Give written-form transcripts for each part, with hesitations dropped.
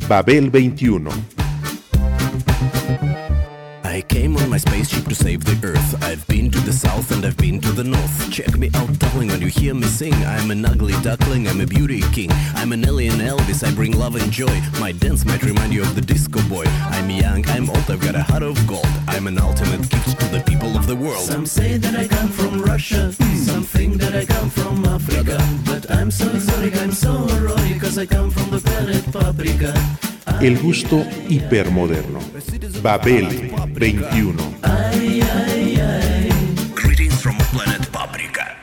Babel 21. I came on my spaceship to save the Earth. I've been to the south and I've been to the north. Check me out, darling, when you hear me sing. I'm an ugly duckling, I'm a beauty king. I'm an alien Elvis, I bring love and joy. My dance might remind you of the disco boy. I'm young, I'm old, I've got a heart of gold. I'm an ultimate gift to the people of the world. Some say that I come from Russia, some think that I come from Africa. But I'm so exotic, I'm so erotic, cause I come from the planet Paprika. El gusto hipermoderno. Babel 21. Ay, ay, ay. Greetings from planet Paprika.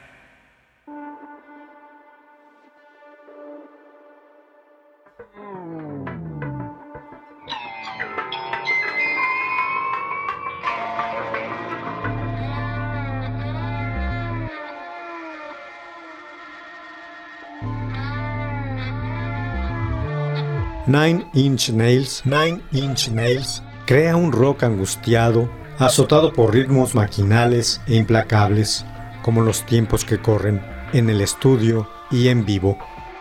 Nine Inch Nails crea un rock angustiado, azotado por ritmos maquinales e implacables, como los tiempos que corren en el estudio y en vivo.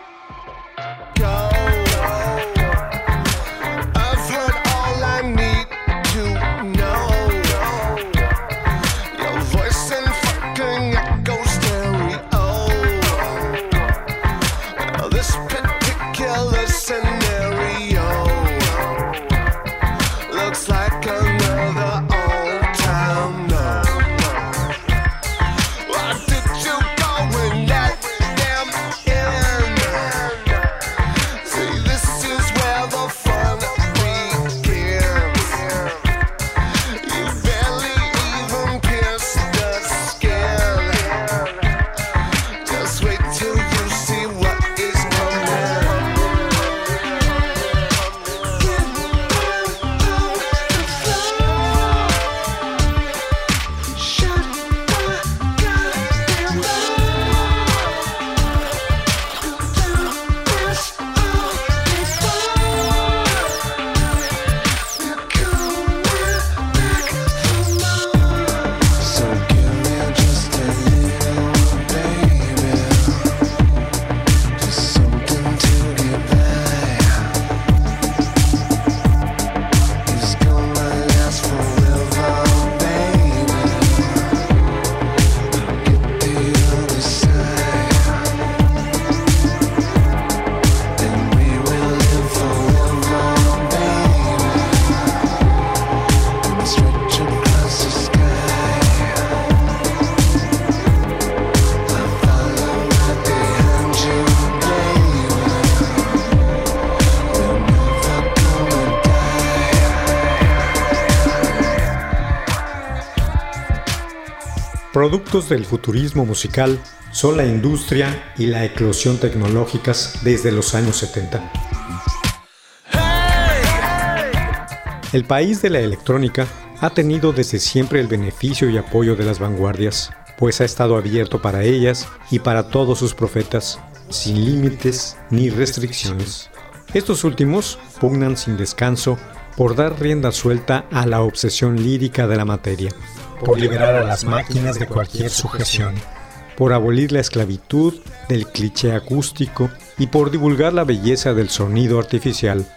Productos del futurismo musical son la industria y la eclosión tecnológicas desde los años 70. El país de la electrónica ha tenido desde siempre el beneficio y apoyo de las vanguardias, pues ha estado abierto para ellas y para todos sus profetas, sin límites ni restricciones. Estos últimos pugnan sin descanso por dar rienda suelta a la obsesión lírica de la materia, por liberar a las máquinas de cualquier sujeción, por abolir la esclavitud del cliché acústico y por divulgar la belleza del sonido artificial.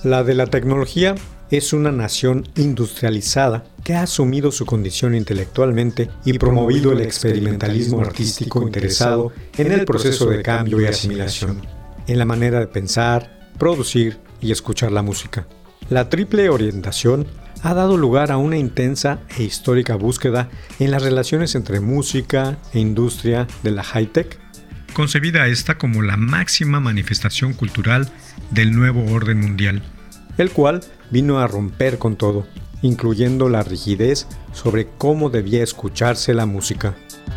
La de la tecnología es una nación industrializada que ha asumido su condición intelectualmente y promovido el experimentalismo artístico interesado en el proceso de cambio y asimilación, en la manera de pensar, producir y escuchar la música. La triple orientación ha dado lugar a una intensa e histórica búsqueda en las relaciones entre música e industria de la high-tech, concebida esta como la máxima manifestación cultural del nuevo orden mundial, el cual vino a romper con todo, incluyendo la rigidez sobre cómo debía escucharse la música.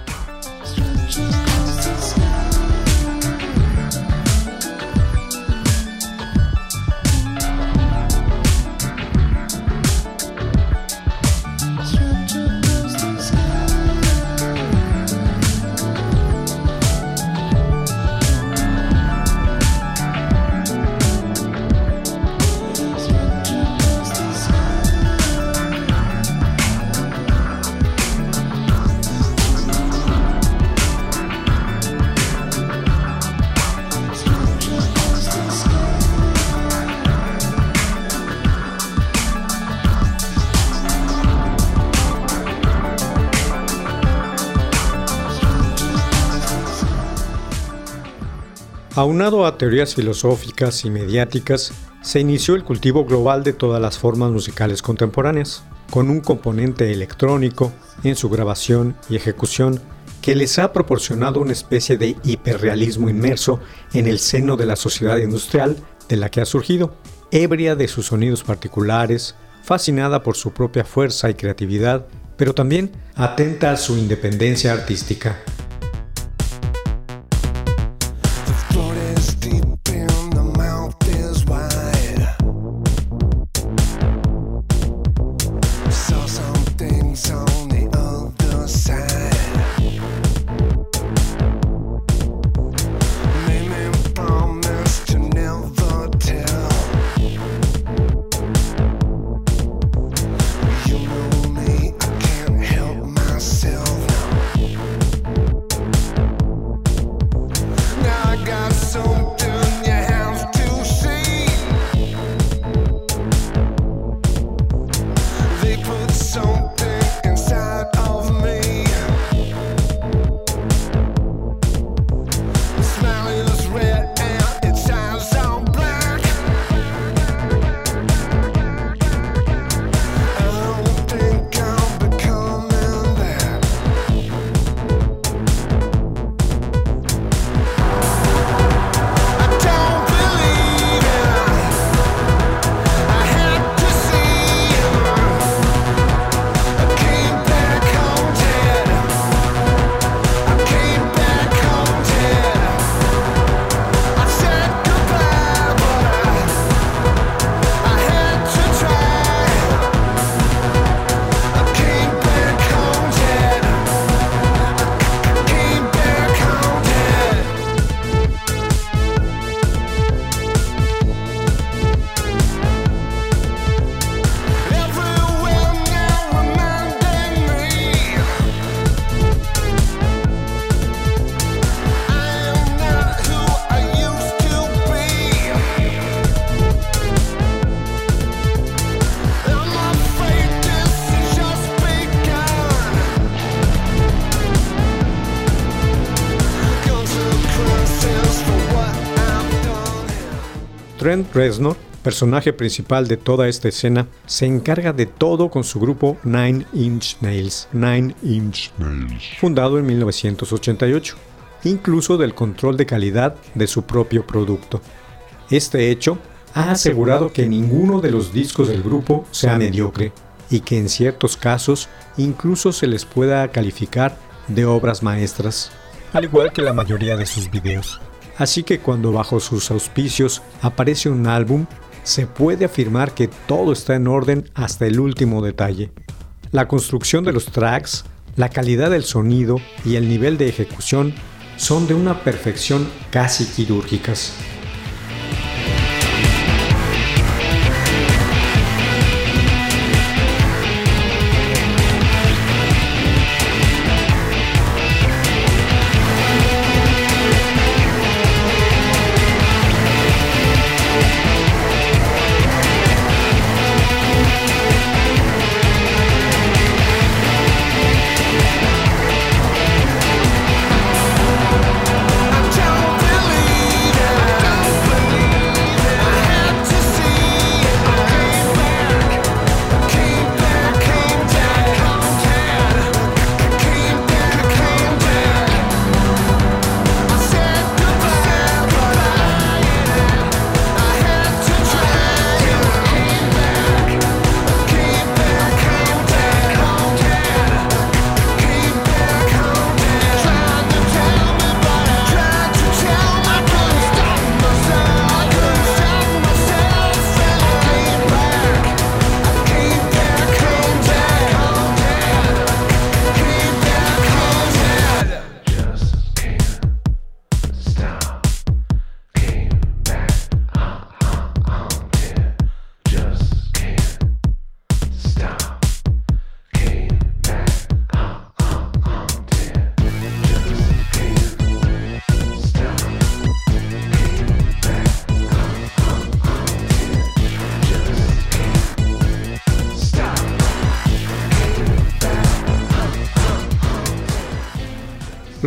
Aunado a teorías filosóficas y mediáticas, se inició el cultivo global de todas las formas musicales contemporáneas, con un componente electrónico en su grabación y ejecución que les ha proporcionado una especie de hiperrealismo inmerso en el seno de la sociedad industrial de la que ha surgido, ebria de sus sonidos particulares, fascinada por su propia fuerza y creatividad, pero también atenta a su independencia artística. Trent Reznor, personaje principal de toda esta escena, se encarga de todo con su grupo Nine Inch Nails, fundado en 1988, incluso del control de calidad de su propio producto. Este hecho ha asegurado que ninguno de los discos del grupo sea mediocre y que en ciertos casos incluso se les pueda calificar de obras maestras, al igual que la mayoría de sus videos. Así que cuando bajo sus auspicios aparece un álbum, se puede afirmar que todo está en orden hasta el último detalle. La construcción de los tracks, la calidad del sonido y el nivel de ejecución son de una perfección casi quirúrgicas.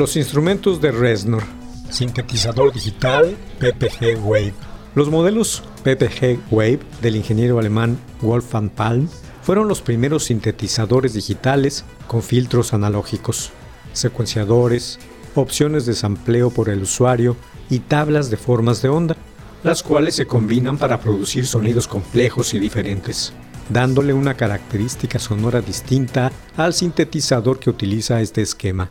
Los instrumentos de Reznor. Sintetizador digital PPG Wave. Los modelos PPG Wave del ingeniero alemán Wolfgang Palm fueron los primeros sintetizadores digitales con filtros analógicos, secuenciadores, opciones de sampleo por el usuario y tablas de formas de onda, las cuales se combinan para producir sonidos complejos y diferentes, dándole una característica sonora distinta al sintetizador que utiliza este esquema.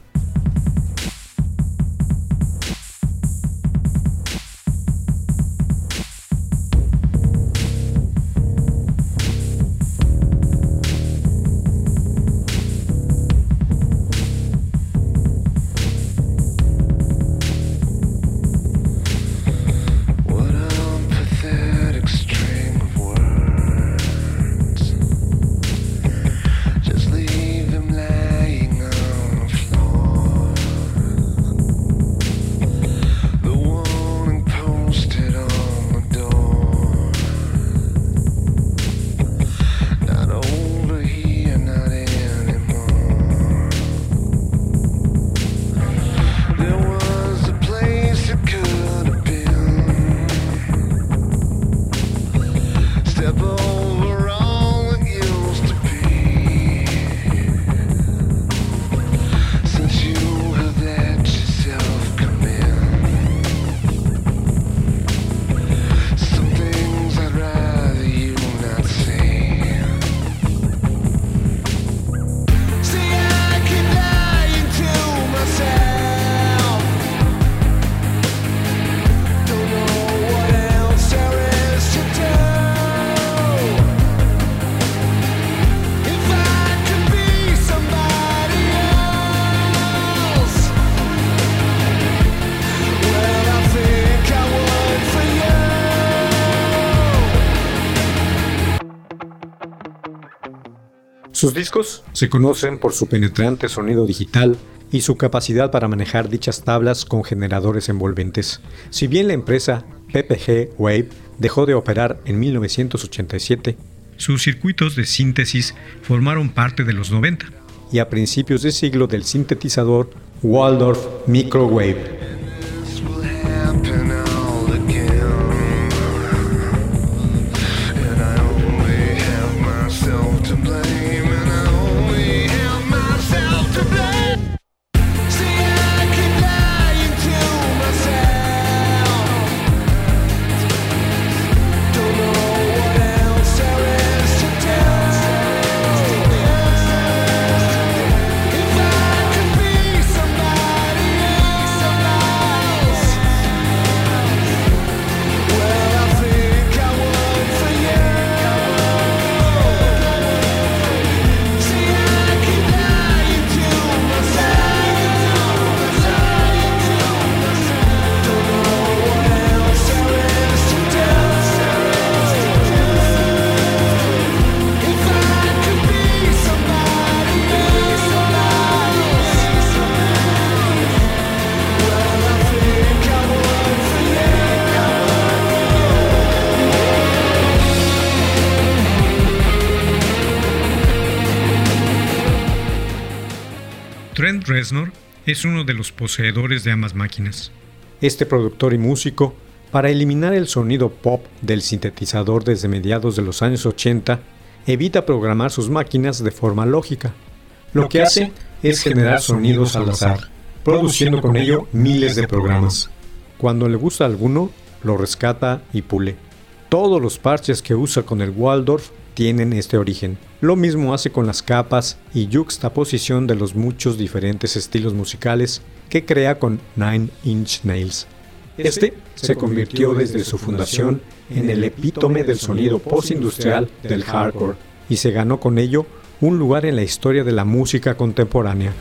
Sus discos se conocen por su penetrante sonido digital y su capacidad para manejar dichas tablas con generadores envolventes. Si bien la empresa PPG Wave dejó de operar en 1987, sus circuitos de síntesis formaron parte de los 90 y a principios de siglo del sintetizador Waldorf Microwave. Trent Reznor es uno de los poseedores de ambas máquinas. Este productor y músico, para eliminar el sonido pop del sintetizador desde mediados de los años 80, evita programar sus máquinas de forma lógica. Lo que hace es generar sonidos al azar, produciendo con ello miles de programas. Cuando le gusta alguno, lo rescata y pule. Todos los parches que usa con el Waldorf tienen este origen. Lo mismo hace con las capas y yuxtaposición de los muchos diferentes estilos musicales que crea con Nine Inch Nails. Este se convirtió desde su fundación en el epítome del sonido postindustrial del hardcore y se ganó con ello un lugar en la historia de la música contemporánea.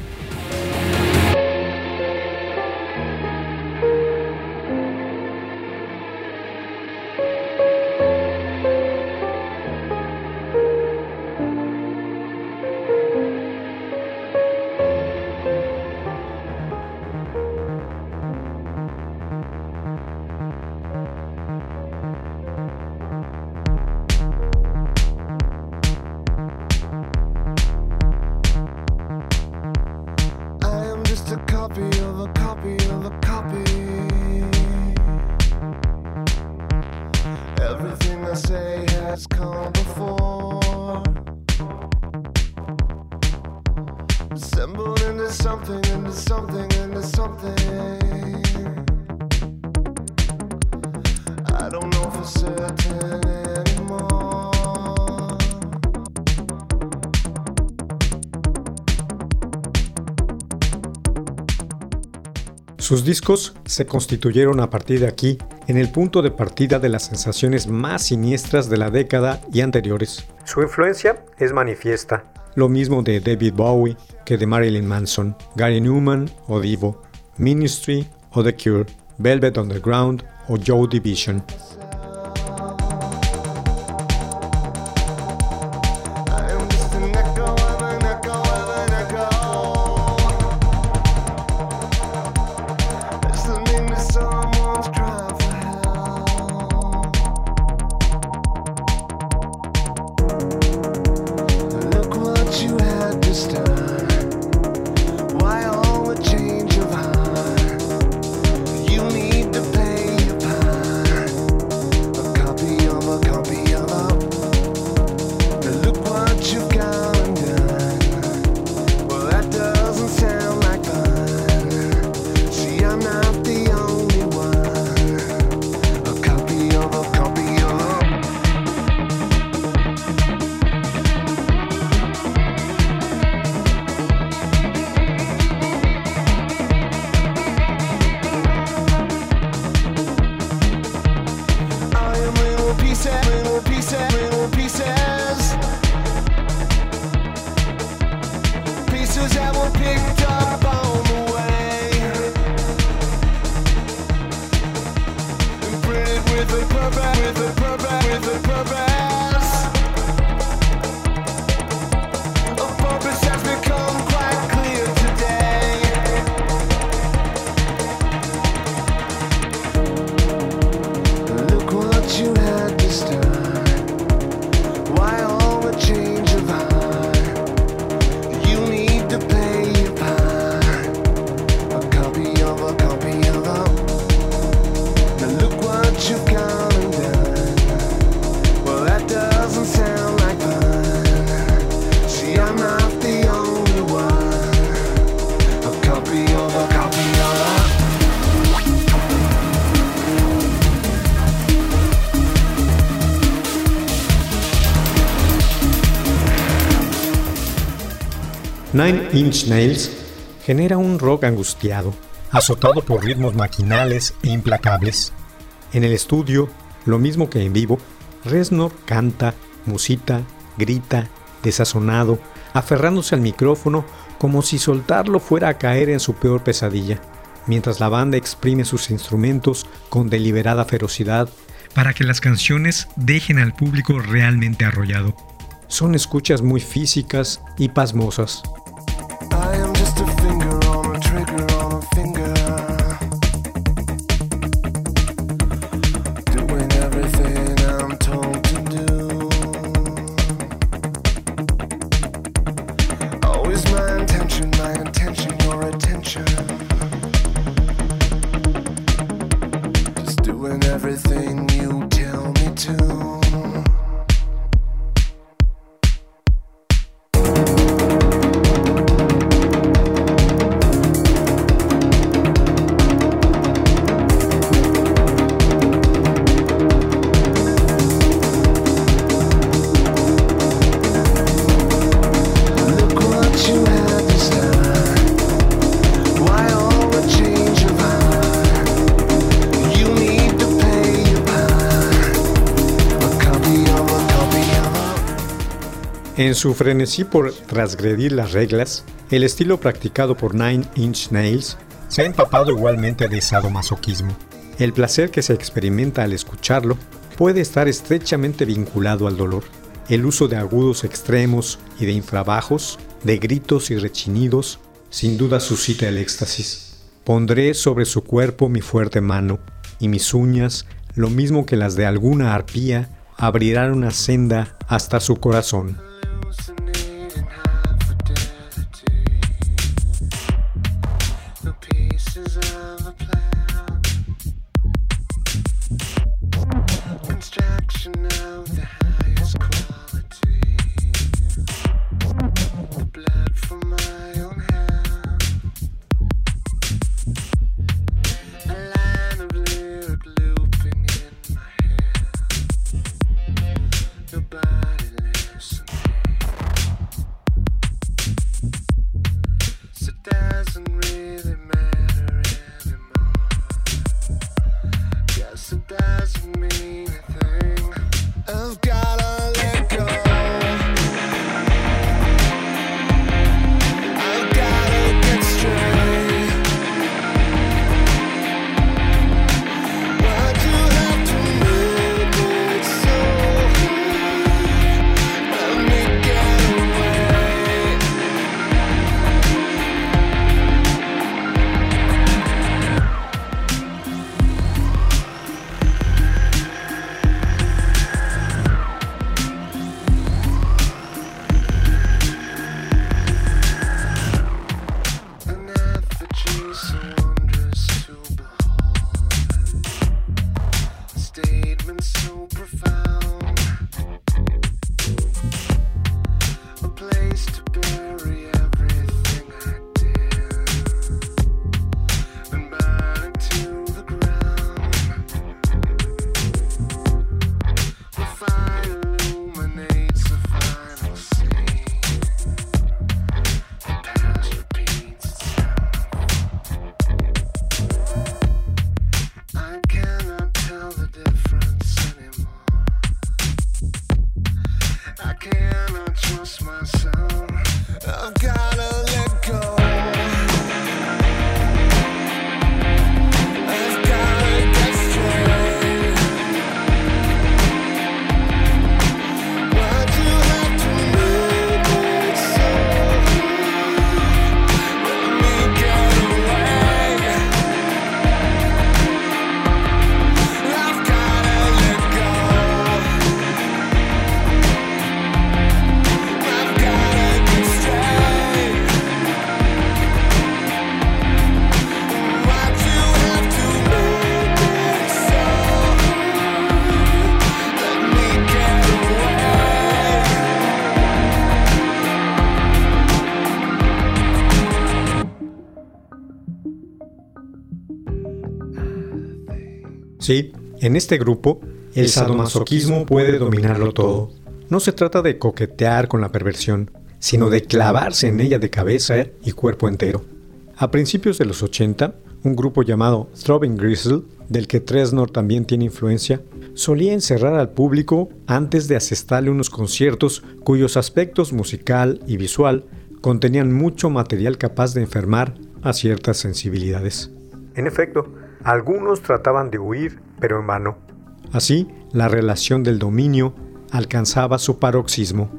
Sus discos se constituyeron a partir de aquí en el punto de partida de las sensaciones más siniestras de la década y anteriores. Su influencia es manifiesta, lo mismo de David Bowie que de Marilyn Manson, Gary Numan o Divo, Ministry o The Cure, Velvet Underground o Joy Division. Nine Inch Nails genera un rock angustiado, azotado por ritmos maquinales e implacables. En el estudio, lo mismo que en vivo, Reznor canta, musita, grita, desazonado, aferrándose al micrófono como si soltarlo fuera a caer en su peor pesadilla, mientras la banda exprime sus instrumentos con deliberada ferocidad para que las canciones dejen al público realmente arrollado. Son escuchas muy físicas y pasmosas. En su frenesí por transgredir las reglas, el estilo practicado por Nine Inch Nails se ha empapado igualmente de sadomasoquismo. El placer que se experimenta al escucharlo puede estar estrechamente vinculado al dolor. El uso de agudos extremos y de infrabajos, de gritos y rechinidos, sin duda suscita el éxtasis. Pondré sobre su cuerpo mi fuerte mano, y mis uñas, lo mismo que las de alguna arpía, abrirán una senda hasta su corazón. Sí, en este grupo, el sadomasoquismo puede dominarlo todo. No se trata de coquetear con la perversión, sino de clavarse en ella de cabeza y cuerpo entero. A principios de los 80, un grupo llamado Throbbing Gristle, del que Tresnor también tiene influencia, solía encerrar al público antes de asestarle unos conciertos cuyos aspectos musical y visual contenían mucho material capaz de enfermar a ciertas sensibilidades. En efecto, algunos trataban de huir, pero en vano. Así, la relación del dominio alcanzaba su paroxismo.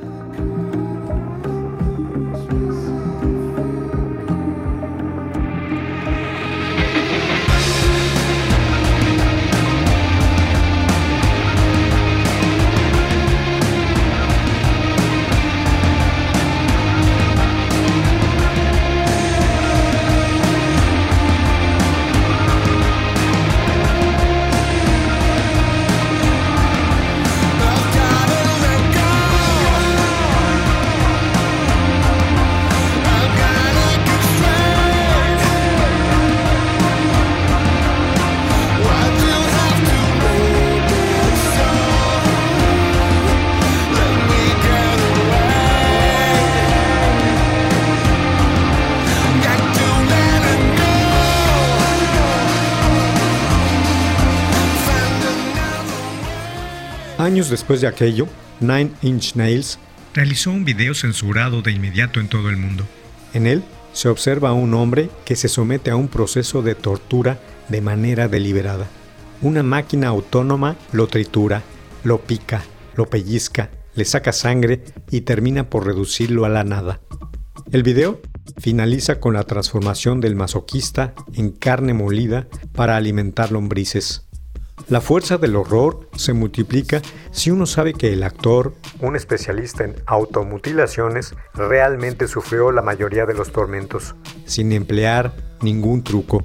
Años después de aquello, Nine Inch Nails realizó un video censurado de inmediato en todo el mundo. En él se observa a un hombre que se somete a un proceso de tortura de manera deliberada. Una máquina autónoma lo tritura, lo pica, lo pellizca, le saca sangre y termina por reducirlo a la nada. El video finaliza con la transformación del masoquista en carne molida para alimentar lombrices. La fuerza del horror se multiplica si uno sabe que el actor, un especialista en automutilaciones, realmente sufrió la mayoría de los tormentos, sin emplear ningún truco.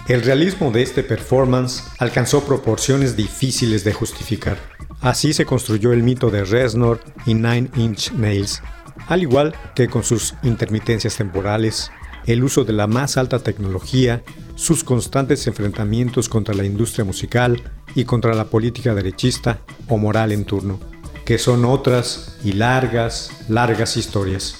El realismo de este performance alcanzó proporciones difíciles de justificar. Así se construyó el mito de Reznor y Nine Inch Nails, al igual que con sus intermitencias temporales, el uso de la más alta tecnología, sus constantes enfrentamientos contra la industria musical y contra la política derechista o moral en turno, que son otras y largas historias.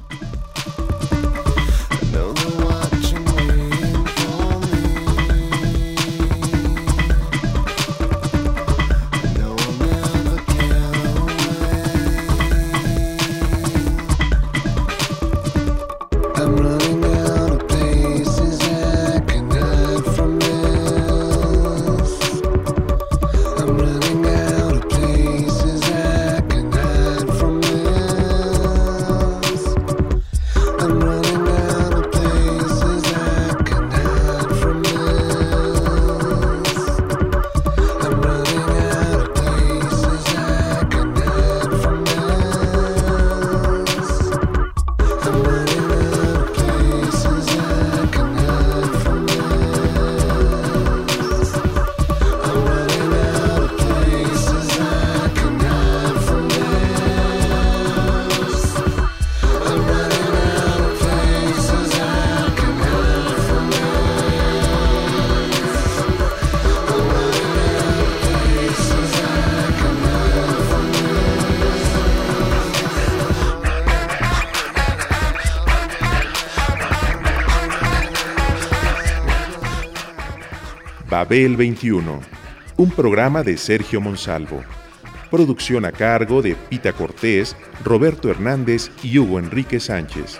Babel 21, un programa de Sergio Monsalvo. Producción a cargo de Pita Cortés, Roberto Hernández y Hugo Enrique Sánchez.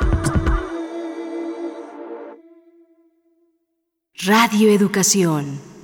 Radio Educación.